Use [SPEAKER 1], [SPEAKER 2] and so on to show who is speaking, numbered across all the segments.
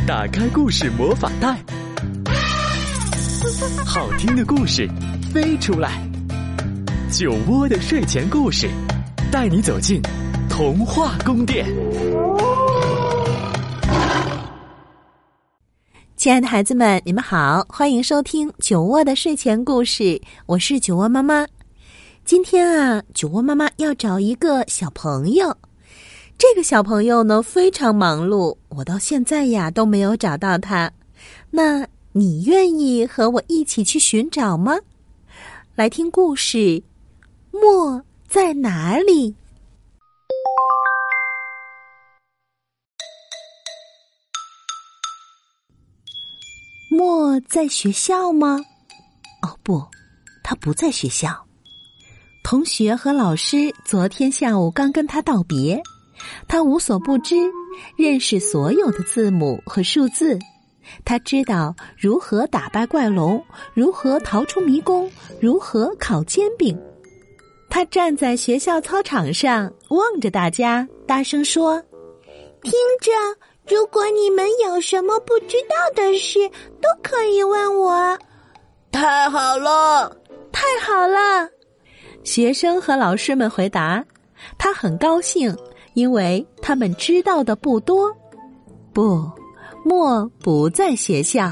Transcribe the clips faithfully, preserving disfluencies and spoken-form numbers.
[SPEAKER 1] 打开故事魔法袋，好听的故事飞出来。酒窝的睡前故事，带你走进童话宫殿。
[SPEAKER 2] 亲爱的孩子们，你们好，欢迎收听酒窝的睡前故事，我是酒窝妈妈。今天啊，酒窝妈妈要找一个小朋友。这个小朋友呢非常忙碌，我到现在呀都没有找到他。那你愿意和我一起去寻找吗？来听故事，墨在哪里？墨在学校吗？哦不，他不在学校。同学和老师昨天下午刚跟他道别，他无所不知，认识所有的字母和数字。他知道如何打败怪龙，如何逃出迷宫，如何烤煎饼。他站在学校操场上，望着大家，大声说：听着，如果你们有什么不知道的事，都可以问我。
[SPEAKER 3] 太好了，
[SPEAKER 2] 太好了！学生和老师们回答。他很高兴，因为他们知道的不多。不，墨不在学校。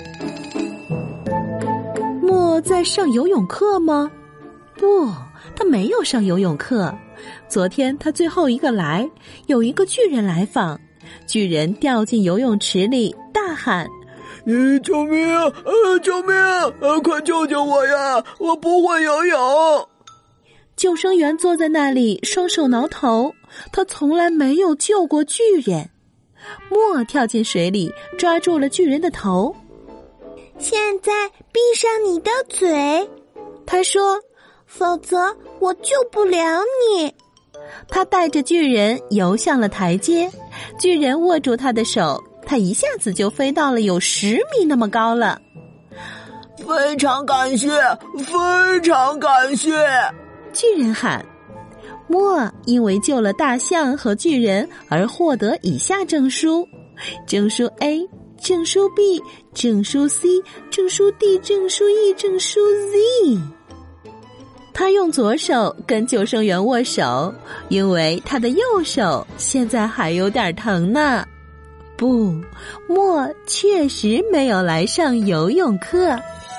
[SPEAKER 2] 墨在上游泳课吗？不，他没有上游泳课。昨天他最后一个来，有一个巨人来访。巨人掉进游泳池里，大喊：
[SPEAKER 3] 呃，救命！呃，救命！呃，快救救我呀！我不会游泳。
[SPEAKER 2] 救生员坐在那里，双手挠头。他从来没有救过巨人。墨跳进水里，抓住了巨人的头。现在闭上你的嘴，他说，否则我救不了你。他带着巨人游向了台阶，巨人握住他的手，他一下子就飞到了有十米那么高了。
[SPEAKER 3] 非常感谢，非常感谢！
[SPEAKER 2] 巨人喊。墨因为救了大象和巨人而获得以下证书：证书 A、证书 B、证书 C、证书 D、证书 E、证书 Z。 他用左手跟救生员握手，因为他的右手现在还有点疼呢。不，墨确实没有来上游泳课。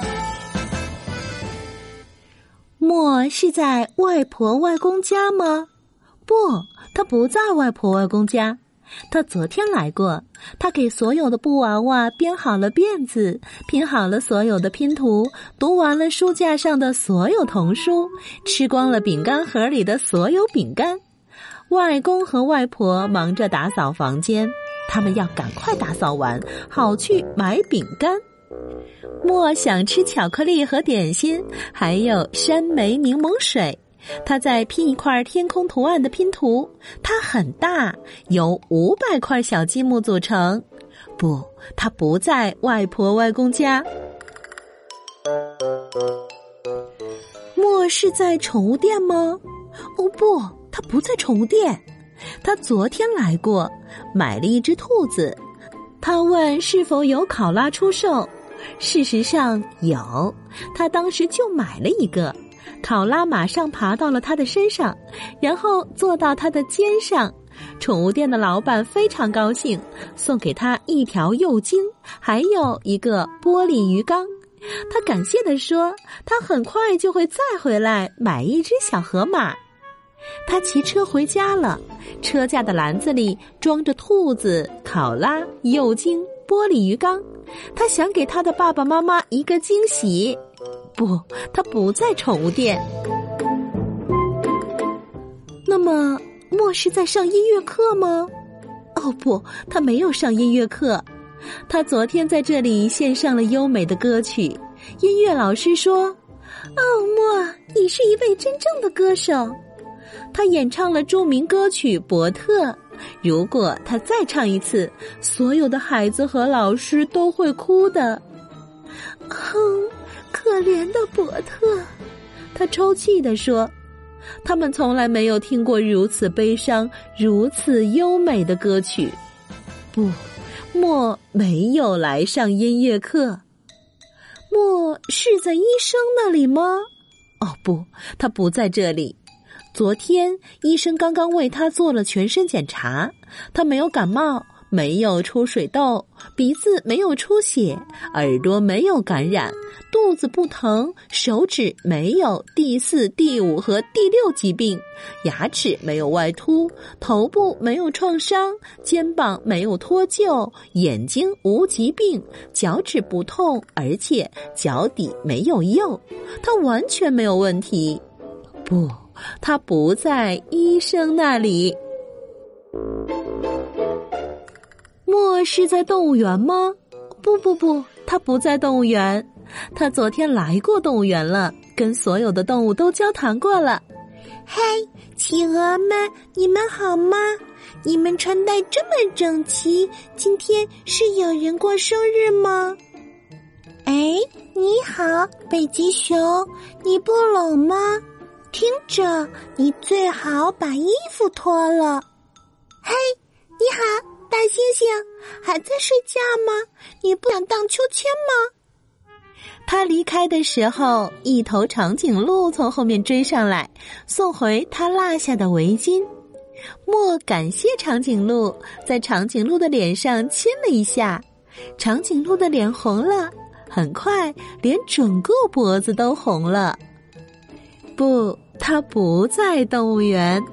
[SPEAKER 2] 墨是在外婆外公家吗？不，他不在外婆外公家。他昨天来过，他给所有的布娃娃编好了辫子，拼好了所有的拼图，读完了书架上的所有童书，吃光了饼干盒里的所有饼干。外公和外婆忙着打扫房间，他们要赶快打扫完，好去买饼干。墨想吃巧克力和点心，还有山莓柠檬水。他在拼一块天空图案的拼图，它很大，由五百块小积木组成。不，他不在外婆外公家。墨是在宠物店吗？哦不，他不在宠物店。他昨天来过，买了一只兔子。他问是否有考拉出售。事实上有，他当时就买了一个。考拉马上爬到了他的身上，然后坐到他的肩上。宠物店的老板非常高兴，送给他一条幼鲸，还有一个玻璃鱼缸。他感谢地说，他很快就会再回来买一只小河马。他骑车回家了，车架的篮子里装着兔子、考拉、幼鲸、玻璃鱼缸。他想给他的爸爸妈妈一个惊喜。不，他不在宠物店。那么，墨是在上音乐课吗？哦不，他没有上音乐课。他昨天在这里献上了优美的歌曲。音乐老师说：哦，墨，你是一位真正的歌手。他演唱了著名歌曲《伯特》。如果他再唱一次，所有的孩子和老师都会哭的。哼，可怜的伯特，他抽泣地说。他们从来没有听过如此悲伤、如此优美的歌曲。不， 莫没有来上音乐课。莫是在医生那里吗？哦不，他不在这里。昨天医生刚刚为他做了全身检查，他没有感冒，没有出水痘，鼻子没有出血，耳朵没有感染，肚子不疼，手指没有第四、第五和第六疾病，牙齿没有外凸，头部没有创伤，肩膀没有脱臼，眼睛无疾病，脚趾不痛，而且脚底没有釉，他完全没有问题。不，他不在医生那里。莫是在动物园吗？不不不，他不在动物园。他昨天来过动物园了，跟所有的动物都交谈过了。
[SPEAKER 4] 嗨，企鹅们，你们好吗？你们穿戴这么整齐，今天是有人过生日吗？哎，你好，北极熊，你不冷吗？听着，你最好把衣服脱了。嘿，你好，大猩猩，还在睡觉吗？你不想荡秋千吗？
[SPEAKER 2] 他离开的时候，一头长颈鹿从后面追上来，送回他落下的围巾。莫感谢长颈鹿，在长颈鹿的脸上亲了一下，长颈鹿的脸红了，很快连整个脖子都红了。不，他不在动物园。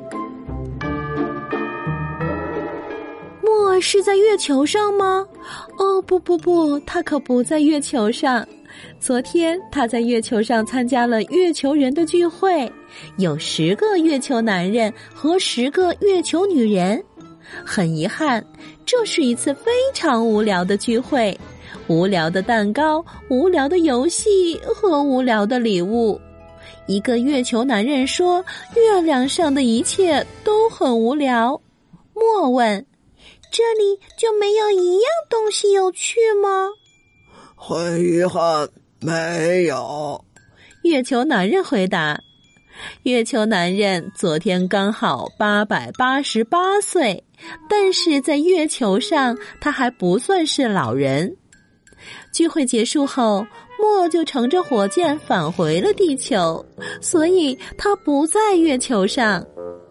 [SPEAKER 2] 莫是在月球上吗？哦，不不不，他可不在月球上。昨天他在月球上参加了月球人的聚会，有十个月球男人和十个月球女人。很遗憾，这是一次非常无聊的聚会，无聊的蛋糕，无聊的游戏和无聊的礼物。一个月球男人说，月亮上的一切都很无聊。莫问，
[SPEAKER 4] 这里就没有一样东西有趣吗？
[SPEAKER 3] 很遗憾，没有。
[SPEAKER 2] 月球男人回答。月球男人昨天刚好八百八十八岁，但是在月球上他还不算是老人。聚会结束后，莫就乘着火箭返回了地球，所以他不在月球上。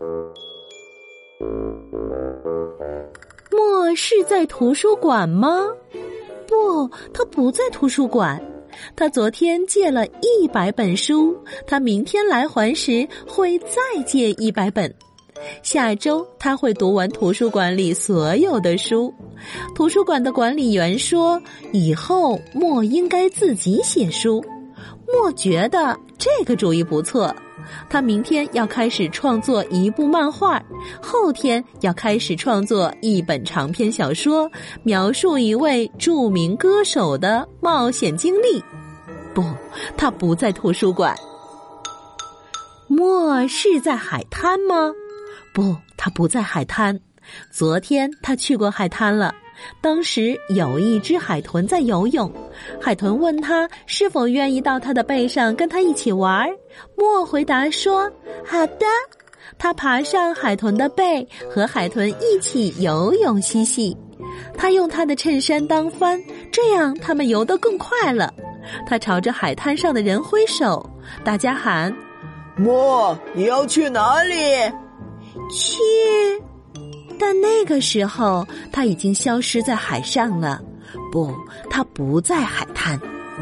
[SPEAKER 2] 莫是在图书馆吗？不，他不在图书馆。他昨天借了一百本书，他明天来还时会再借一百本。下周他会读完图书馆里所有的书。图书馆的管理员说，以后莫应该自己写书。莫觉得这个主意不错。他明天要开始创作一部漫画，后天要开始创作一本长篇小说，描述一位著名歌手的冒险经历。不，他不在图书馆。莫是在海滩吗？不，他不在海滩。昨天他去过海滩了，当时有一只海豚在游泳，海豚问他是否愿意到他的背上跟他一起玩。莫回答说好的。他爬上海豚的背，和海豚一起游泳嬉戏。他用他的衬衫当帆，这样他们游得更快了。他朝着海滩上的人挥手，大家喊，
[SPEAKER 3] 莫，你要去哪里？
[SPEAKER 4] 去。
[SPEAKER 2] 但那个时候他已经消失在海上了。不，他不在海滩。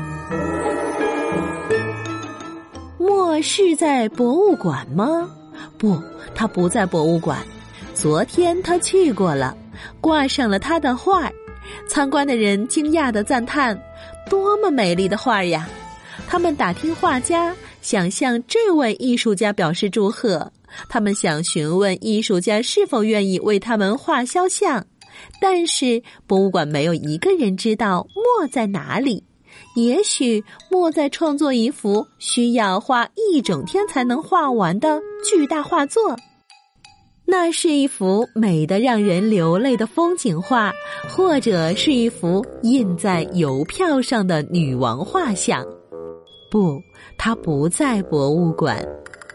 [SPEAKER 2] 莫是在博物馆吗？不，他不在博物馆。昨天他去过了，挂上了他的画。参观的人惊讶地赞叹，多么美丽的画呀！他们打听画家，想向这位艺术家表示祝贺。他们想询问艺术家是否愿意为他们画肖像，但是博物馆没有一个人知道莫在哪里。也许莫在创作一幅需要花一整天才能画完的巨大画作。那是一幅美得让人流泪的风景画，或者是一幅印在邮票上的女王画像。不，它不在博物馆。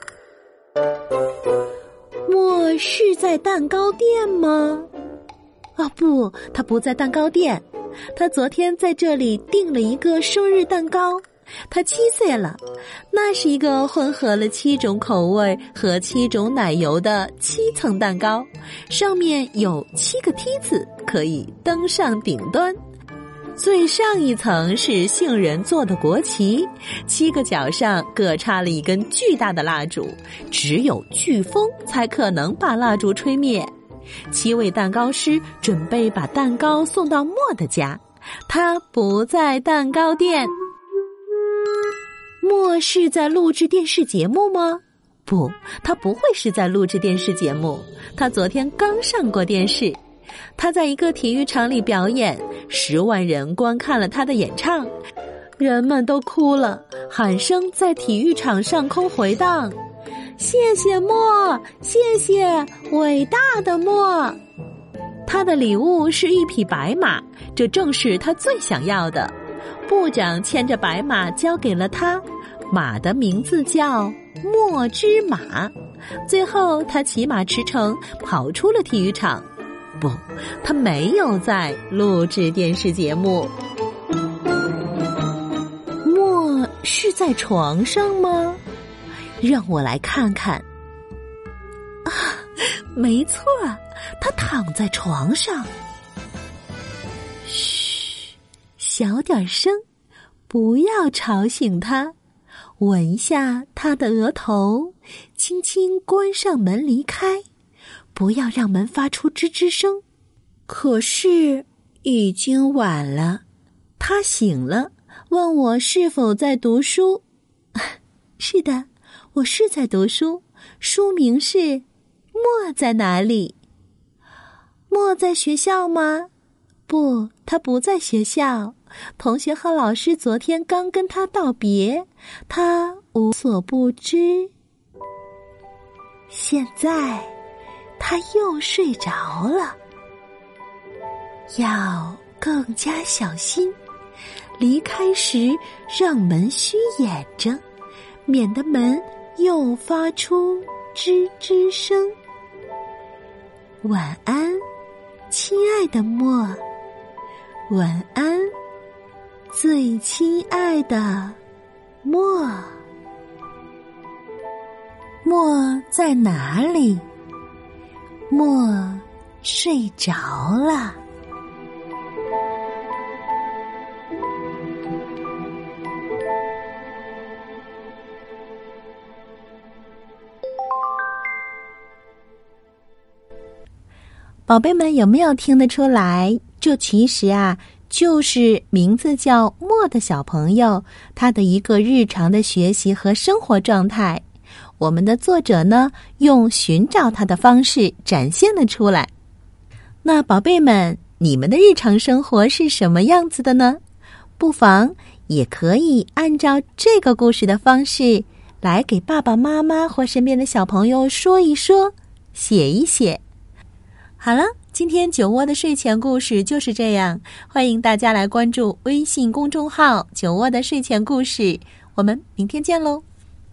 [SPEAKER 2] 莫是在蛋糕店吗？ 哦不，他不在蛋糕店，他昨天在这里订了一个生日蛋糕。他七岁了，那是一个混合了七种口味和七种奶油的七层蛋糕，上面有七个梯子可以登上顶端。最上一层是杏仁做的国旗，七个角上各插了一根巨大的蜡烛，只有飓风才可能把蜡烛吹灭。七位蛋糕师准备把蛋糕送到莫的家，他不在蛋糕店。莫是在录制电视节目吗？不，他不会是在录制电视节目，他昨天刚上过电视。他在一个体育场里表演，十万人观看了他的演唱，人们都哭了，喊声在体育场上空回荡。谢谢莫，谢谢伟大的莫。他的礼物是一匹白马，这正是他最想要的。部长牵着白马交给了他，马的名字叫莫之马。最后他骑马驰骋，跑出了体育场。不，他没有在录制电视节目。莫是在床上吗？让我来看看。啊，没错，他躺在床上。嘘，小点声，不要吵醒他。吻一下他的额头，轻轻关上门离开，不要让门发出吱吱声。可是已经晚了，他醒了，问我是否在读书。是的，我是在读书，书名是《莫在哪里》。莫在学校吗？不，他不在学校。同学和老师昨天刚跟他道别，他无所不知。现在他又睡着了。要更加小心，离开时让门虚掩着，免得门又发出吱吱声。晚安，亲爱的莫。晚安，最亲爱的莫。莫在哪里？莫睡着了。宝贝们，有没有听得出来？这其实啊，就是名字叫莫的小朋友他的一个日常的学习和生活状态。我们的作者呢，用寻找他的方式展现了出来。那宝贝们，你们的日常生活是什么样子的呢？不妨也可以按照这个故事的方式来给爸爸妈妈或身边的小朋友说一说，写一写。好了，今天酒窝的睡前故事就是这样，欢迎大家来关注微信公众号酒窝的睡前故事，我们明天见喽。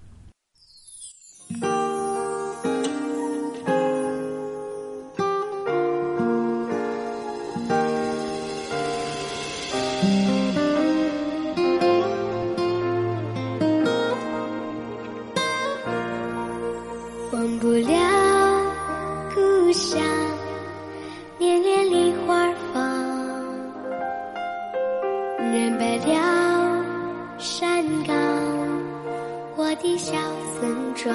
[SPEAKER 5] 忘不了故乡年年梨花放，认不了山岗我的小村庄。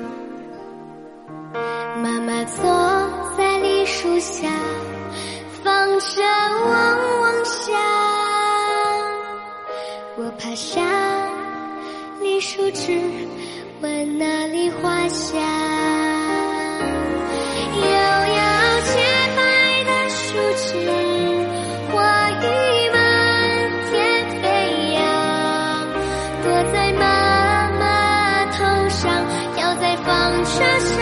[SPEAKER 5] 妈妈坐在梨树下，放着汪汪响。我爬上梨树枝，闻那梨花香。悠悠洁白的树枝，花雨满天飞扬，躲在妈妈头上，摇在纺车上，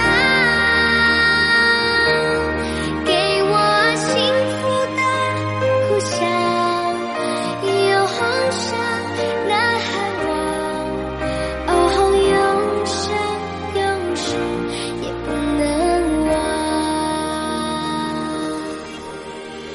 [SPEAKER 5] 给我幸福的故乡，永生呐喊我，哦，永生永世也不能忘。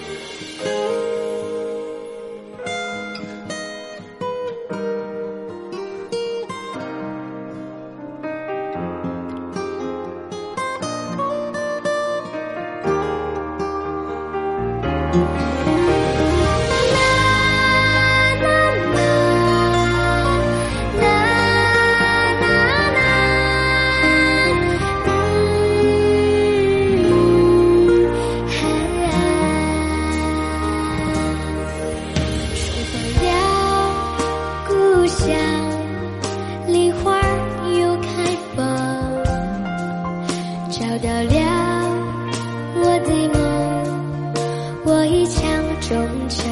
[SPEAKER 5] 我一腔衷肠。